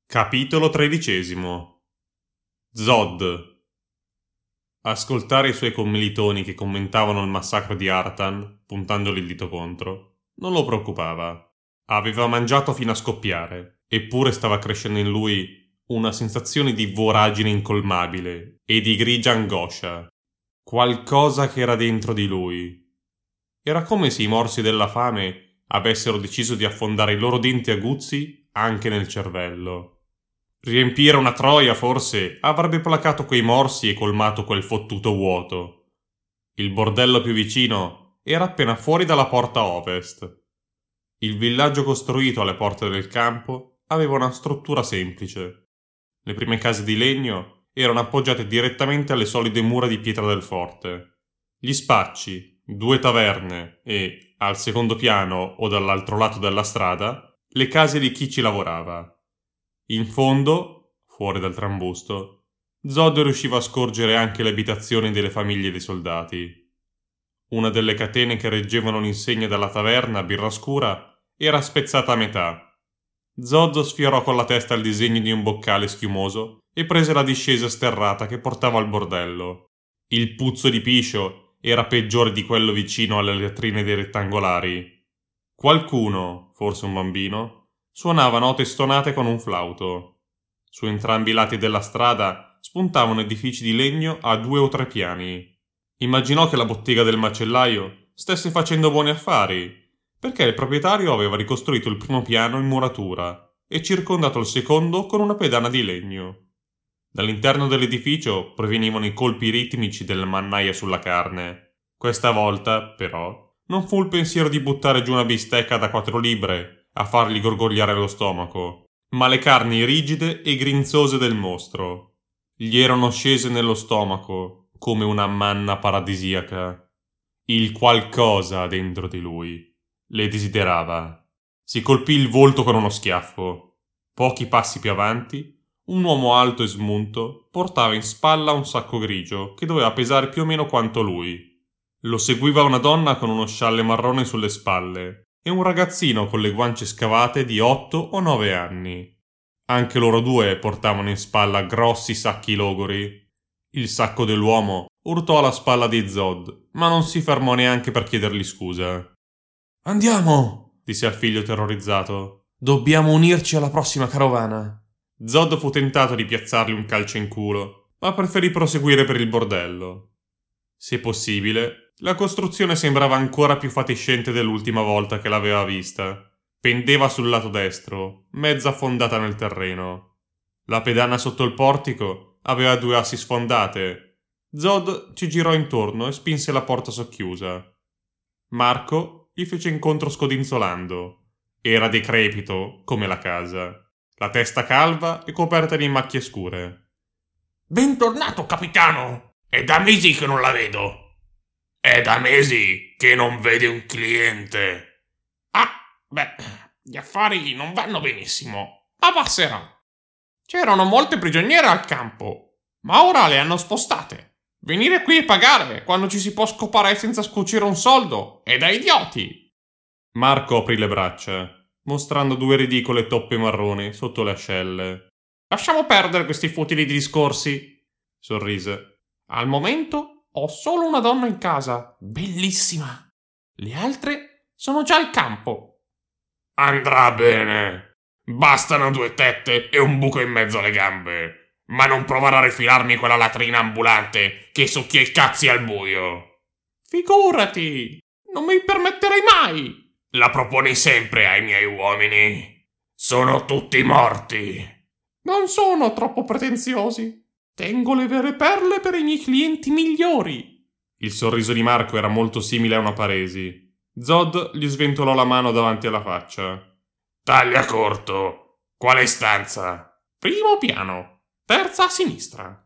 Capitolo 13. Zod. Ascoltare i suoi commilitoni che commentavano il massacro di Artan, puntandogli il dito contro, non lo preoccupava. Aveva mangiato fino a scoppiare, eppure stava crescendo in lui una sensazione di voragine incolmabile e di grigia angoscia. Qualcosa che era dentro di lui. Era come se i morsi della fame avessero deciso di affondare i loro denti aguzzi anche nel cervello. Riempire una troia, forse, avrebbe placato quei morsi e colmato quel fottuto vuoto. Il bordello più vicino era appena fuori dalla porta ovest. Il villaggio costruito alle porte del campo aveva una struttura semplice. Le prime case di legno erano appoggiate direttamente alle solide mura di pietra del forte. Gli spacci, 2 taverne e, al secondo piano o dall'altro lato della strada, le case di chi ci lavorava. In fondo, fuori dal trambusto, Zod riusciva a scorgere anche le abitazioni delle famiglie dei soldati. Una delle catene che reggevano l'insegna della taverna Birra Scura era spezzata a metà. Zod sfiorò con la testa il disegno di un boccale schiumoso e prese la discesa sterrata che portava al bordello. Il puzzo di piscio era peggiore di quello vicino alle latrine dei rettangolari. Qualcuno, forse un bambino, suonava note stonate con un flauto. Su entrambi i lati della strada spuntavano edifici di legno a 2 o 3 piani. Immaginò che la bottega del macellaio stesse facendo buoni affari, perché il proprietario aveva ricostruito il primo piano in muratura e circondato il secondo con una pedana di legno. Dall'interno dell'edificio provenivano i colpi ritmici della mannaia sulla carne. Questa volta, però, non fu il pensiero di buttare giù una bistecca da 4 libre a fargli gorgogliare lo stomaco, ma le carni rigide e grinzose del mostro. Gli erano scese nello stomaco come una manna paradisiaca. Il qualcosa dentro di lui le desiderava. Si colpì il volto con uno schiaffo. Pochi passi più avanti, un uomo alto e smunto portava in spalla un sacco grigio che doveva pesare più o meno quanto lui. Lo seguiva una donna con uno scialle marrone sulle spalle e un ragazzino con le guance scavate di 8 o 9 anni. Anche loro due portavano in spalla grossi sacchi logori. Il sacco dell'uomo urtò alla spalla di Zod, ma non si fermò neanche per chiedergli scusa. «Andiamo!» disse al figlio terrorizzato. «Dobbiamo unirci alla prossima carovana!» Zod fu tentato di piazzargli un calcio in culo, ma preferì proseguire per il bordello. Se possibile, la costruzione sembrava ancora più fatiscente dell'ultima volta che l'aveva vista. Pendeva sul lato destro, mezza affondata nel terreno. La pedana sotto il portico aveva 2 assi sfondate. Zod ci girò intorno e spinse la porta socchiusa. Marco gli fece incontro scodinzolando. Era decrepito, come la casa. La testa calva e coperta di macchie scure. «Bentornato, capitano! È da mesi che non la vedo!» «È da mesi che non vede un cliente!» «Ah, beh, gli affari non vanno benissimo, ma passerà. C'erano molte prigioniere al campo, ma ora le hanno spostate. Venire qui e pagare quando ci si può scopare senza scucire un soldo è da idioti!» Marco aprì le braccia, mostrando 2 ridicole toppe marroni sotto le ascelle. «Lasciamo perdere questi futili discorsi», sorrise. «Al momento ho solo una donna in casa, bellissima. Le altre sono già al campo». «Andrà bene. Bastano 2 tette e un buco in mezzo alle gambe. Ma non provare a rifilarmi quella latrina ambulante che succhia i cazzi al buio». «Figurati, non mi permetterei mai». «La proponi sempre ai miei uomini. Sono tutti morti». «Non sono troppo pretenziosi. Tengo le vere perle per i miei clienti migliori». Il sorriso di Marco era molto simile a una paresi. Zod gli sventolò la mano davanti alla faccia. «Taglia corto. Quale stanza?» «Primo piano. Terza a sinistra».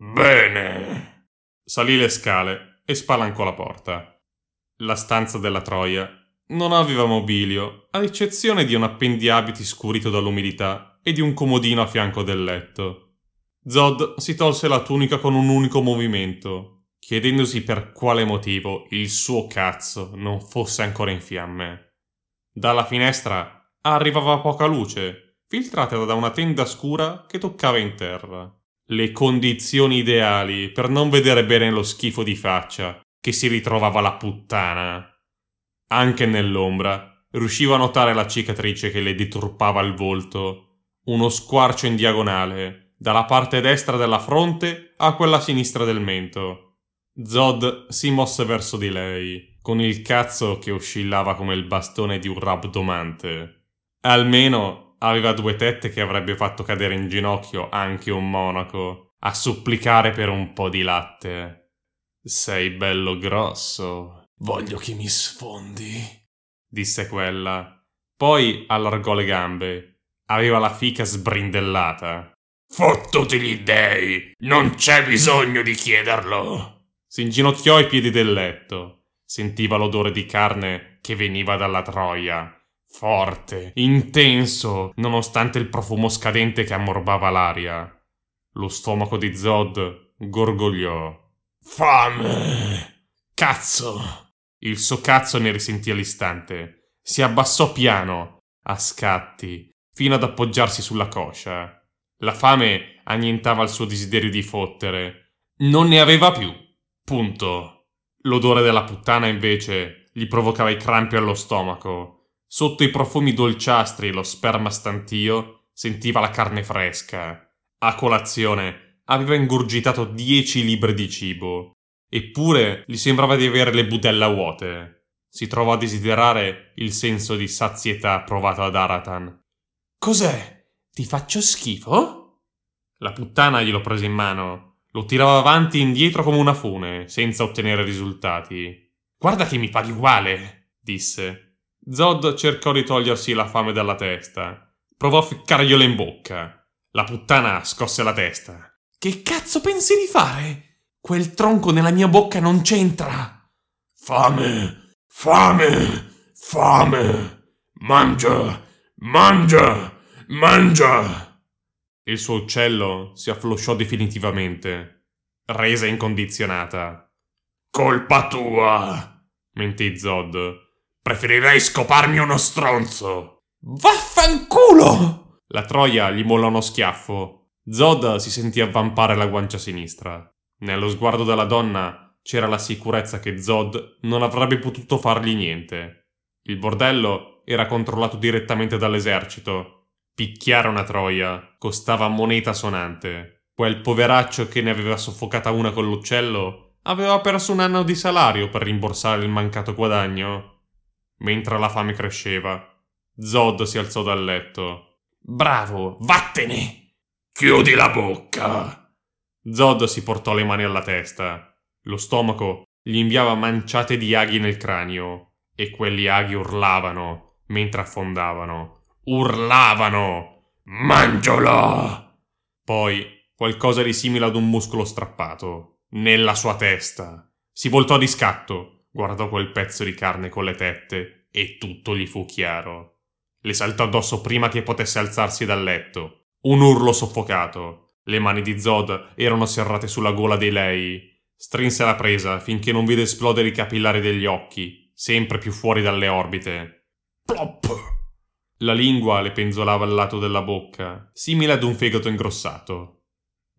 «Bene». Salì le scale e spalancò la porta. La stanza della troia non aveva mobilio, ad eccezione di un appendiabiti scurito dall'umidità e di un comodino a fianco del letto. Zod si tolse la tunica con un unico movimento, chiedendosi per quale motivo il suo cazzo non fosse ancora in fiamme. Dalla finestra arrivava poca luce filtrate da una tenda scura che toccava in terra. Le condizioni ideali per non vedere bene lo schifo di faccia che si ritrovava la puttana. Anche nell'ombra riusciva a notare la cicatrice che le deturpava il volto, uno squarcio in diagonale, dalla parte destra della fronte a quella sinistra del mento. Zod si mosse verso di lei, con il cazzo che oscillava come il bastone di un rabdomante. Almeno aveva 2 tette che avrebbe fatto cadere in ginocchio anche un monaco, a supplicare per un po' di latte. «Sei bello grosso, voglio che mi sfondi», disse quella. Poi allargò le gambe. Aveva la fica sbrindellata. «Fottuti gli dèi! Non c'è bisogno di chiederlo!» Si inginocchiò ai piedi del letto. Sentiva l'odore di carne che veniva dalla troia. Forte, intenso, nonostante il profumo scadente che ammorbava l'aria. Lo stomaco di Zod gorgogliò. «Fame! Cazzo!» Il suo cazzo ne risentì all'istante. Si abbassò piano, a scatti, fino ad appoggiarsi sulla coscia. La fame annientava il suo desiderio di fottere. Non ne aveva più. Punto. L'odore della puttana, invece, gli provocava i crampi allo stomaco. Sotto i profumi dolciastri e lo sperma stantio, sentiva la carne fresca. A colazione aveva ingurgitato 10 libbre di cibo. Eppure gli sembrava di avere le budella vuote. Si trovò a desiderare il senso di sazietà provato da Aratan. «Cos'è? Ti faccio schifo?» La puttana glielo prese in mano. Lo tirava avanti e indietro come una fune, senza ottenere risultati. «Guarda che mi paghi uguale», disse. Zod cercò di togliersi la fame dalla testa. Provò a ficcargliela in bocca. La puttana scosse la testa. «Che cazzo pensi di fare? Quel tronco nella mia bocca non c'entra!» «Fame! Fame! Fame! Mangia! Mangia! Mangia!» Il suo uccello si afflosciò definitivamente. Resa incondizionata. «Colpa tua!» mentì Zod. «Preferirei scoparmi uno stronzo!» «Vaffanculo!» La troia gli mollò uno schiaffo. Zod si sentì avvampare la guancia sinistra. Nello sguardo della donna c'era la sicurezza che Zod non avrebbe potuto fargli niente. Il bordello era controllato direttamente dall'esercito. Picchiare una troia costava moneta sonante. Quel poveraccio che ne aveva soffocata una con l'uccello aveva perso un anno di salario per rimborsare il mancato guadagno. Mentre la fame cresceva, Zod si alzò dal letto. «Bravo, vattene!» «Chiudi la bocca!» Zod si portò le mani alla testa. Lo stomaco gli inviava manciate di aghi nel cranio, e quelli aghi urlavano mentre affondavano. Urlavano! «Mangialo!» Poi qualcosa di simile ad un muscolo strappato, nella sua testa. Si voltò di scatto, guardò quel pezzo di carne con le tette, e tutto gli fu chiaro. Le saltò addosso prima che potesse alzarsi dal letto. Un urlo soffocato. Le mani di Zod erano serrate sulla gola di lei. Strinse la presa finché non vide esplodere i capillari degli occhi, sempre più fuori dalle orbite. Plop! La lingua le penzolava al lato della bocca, simile ad un fegato ingrossato.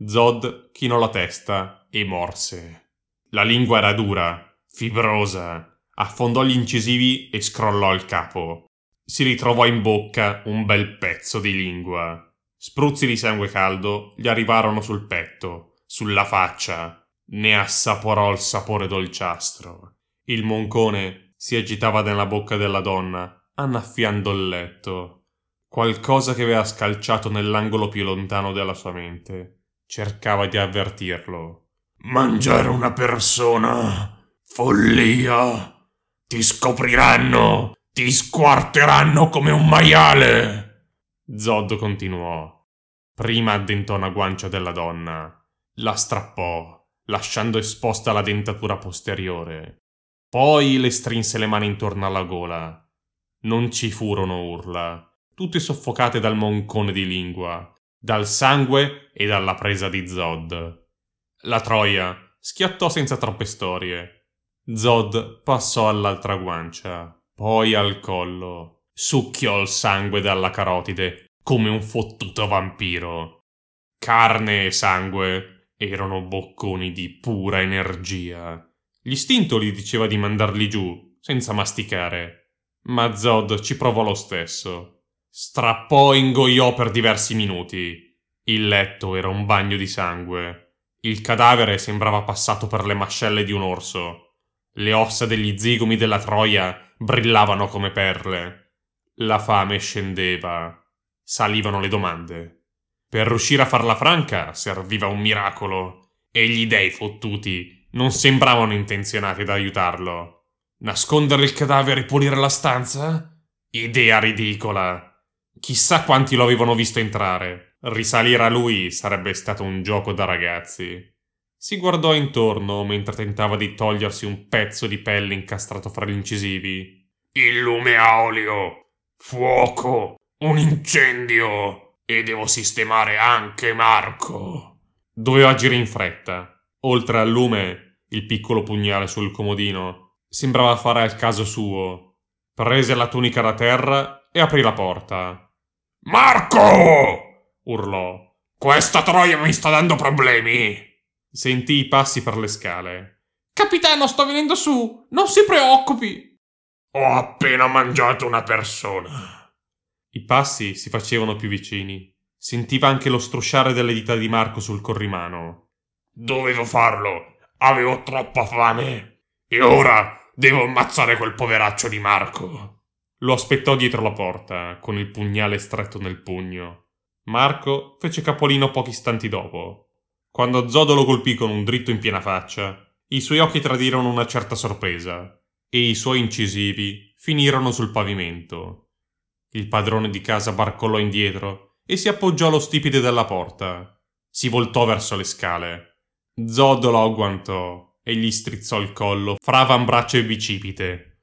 Zod chinò la testa e morse. La lingua era dura, fibrosa. Affondò gli incisivi e scrollò il capo. Si ritrovò in bocca un bel pezzo di lingua. Spruzzi di sangue caldo gli arrivarono sul petto, sulla faccia. Ne assaporò il sapore dolciastro. Il moncone si agitava nella bocca della donna, annaffiando il letto. Qualcosa che aveva scalciato nell'angolo più lontano della sua mente cercava di avvertirlo. «Mangiare una persona! Follia! Ti scopriranno! Ti squarteranno come un maiale!» Zod continuò. Prima addentò una guancia della donna. La strappò, lasciando esposta la dentatura posteriore. Poi le strinse le mani intorno alla gola. Non ci furono urla, tutte soffocate dal moncone di lingua, dal sangue e dalla presa di Zod. La troia schiattò senza troppe storie. Zod passò all'altra guancia, poi al collo. Succhiò il sangue dalla carotide come un fottuto vampiro. Carne e sangue erano bocconi di pura energia. L'istinto gli diceva di mandarli giù, senza masticare, ma Zod ci provò lo stesso. Strappò e ingoiò per diversi minuti. Il letto era un bagno di sangue. Il cadavere sembrava passato per le mascelle di un orso. Le ossa degli zigomi della Troia brillavano come perle. La fame scendeva. Salivano le domande. Per riuscire a farla franca serviva un miracolo, e gli dei fottuti non sembravano intenzionati ad aiutarlo. Nascondere il cadavere e pulire la stanza? Idea ridicola. Chissà quanti lo avevano visto entrare. Risalire a lui sarebbe stato un gioco da ragazzi. Si guardò intorno mentre tentava di togliersi un pezzo di pelle incastrato fra gli incisivi. Il lume a olio! Fuoco! Un incendio! E devo sistemare anche Marco! Doveva agire in fretta. Oltre al lume, il piccolo pugnale sul comodino sembrava fare al caso suo. Prese la tunica da terra e aprì la porta. Marco! Urlò. Questa troia mi sta dando problemi! Sentì i passi per le scale. Capitano, sto venendo su! Non si preoccupi! Ho appena mangiato una persona. I passi si facevano più vicini. Sentiva anche lo strusciare delle dita di Marco sul corrimano. Dovevo farlo. Avevo troppa fame. E ora devo ammazzare quel poveraccio di Marco. Lo aspettò dietro la porta, con il pugnale stretto nel pugno. Marco fece capolino pochi istanti dopo. Quando Zodo lo colpì con un dritto in piena faccia, i suoi occhi tradirono una certa sorpresa, e i suoi incisivi finirono sul pavimento. Il padrone di casa barcollò indietro e si appoggiò allo stipite della porta. Si voltò verso le scale. Zodo lo agguantò e gli strizzò il collo fra avambraccio e bicipite.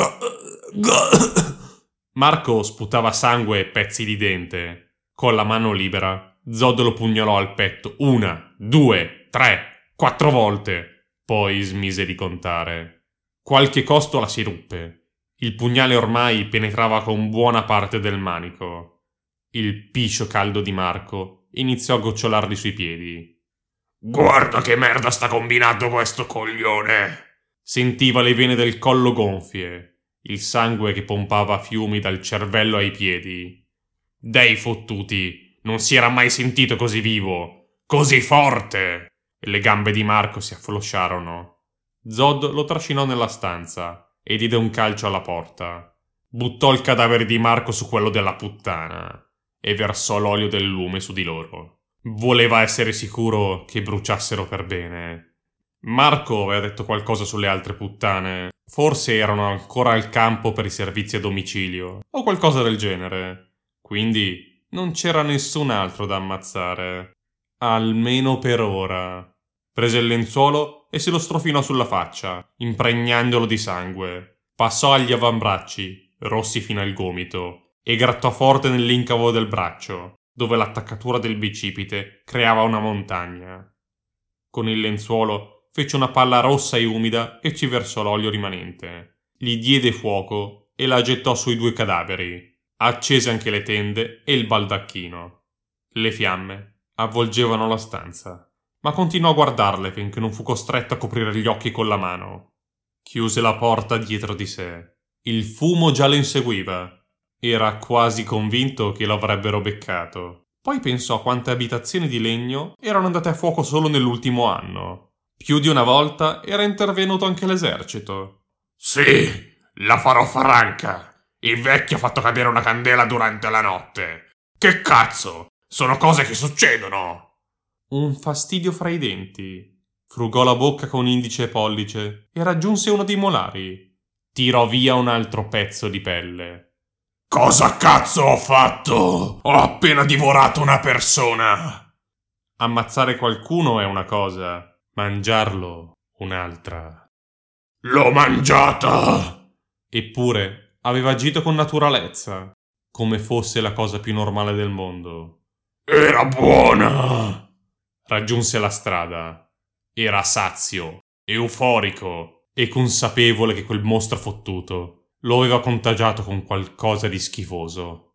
Marco sputava sangue e pezzi di dente. Con la mano libera, Zodo lo pugnalò al petto 1, 2, 3, 4 volte. Poi smise di contare. Qualche costola si ruppe. Il pugnale ormai penetrava con buona parte del manico. Il piscio caldo di Marco iniziò a gocciolargli sui piedi. Guarda che merda sta combinando questo coglione! Sentiva le vene del collo gonfie, il sangue che pompava a fiumi dal cervello ai piedi. Dei fottuti, non si era mai sentito così vivo, così forte! E le gambe di Marco si afflosciarono. Zod lo trascinò nella stanza e diede un calcio alla porta. Buttò il cadavere di Marco su quello della puttana e versò l'olio del lume su di loro. Voleva essere sicuro che bruciassero per bene. Marco aveva detto qualcosa sulle altre puttane. Forse erano ancora al campo per i servizi a domicilio, o qualcosa del genere. Quindi non c'era nessun altro da ammazzare. Almeno per ora. Prese il lenzuolo e se lo strofinò sulla faccia, impregnandolo di sangue. Passò agli avambracci, rossi fino al gomito, e grattò forte nell'incavo del braccio, dove l'attaccatura del bicipite creava una montagna. Con il lenzuolo fece una palla rossa e umida e ci versò l'olio rimanente. Gli diede fuoco e la gettò sui 2 cadaveri. Accese anche le tende e il baldacchino. Le fiamme avvolgevano la stanza, ma continuò a guardarle finché non fu costretto a coprire gli occhi con la mano. Chiuse la porta dietro di sé. Il fumo già lo inseguiva. Era quasi convinto che lo avrebbero beccato. Poi pensò a quante abitazioni di legno erano andate a fuoco solo nell'ultimo anno. Più di una volta era intervenuto anche l'esercito. Sì, la farò franca. Il vecchio ha fatto cadere una candela durante la notte. Che cazzo? Sono cose che succedono. Un fastidio fra i denti. Frugò la bocca con indice e pollice e raggiunse uno dei molari. Tirò via un altro pezzo di pelle. Cosa cazzo ho fatto? Ho appena divorato una persona! Ammazzare qualcuno è una cosa, mangiarlo un'altra. L'ho mangiata! Eppure aveva agito con naturalezza, come fosse la cosa più normale del mondo. Era buona! Raggiunse la strada. Era sazio, euforico e consapevole che quel mostro fottuto lo aveva contagiato con qualcosa di schifoso.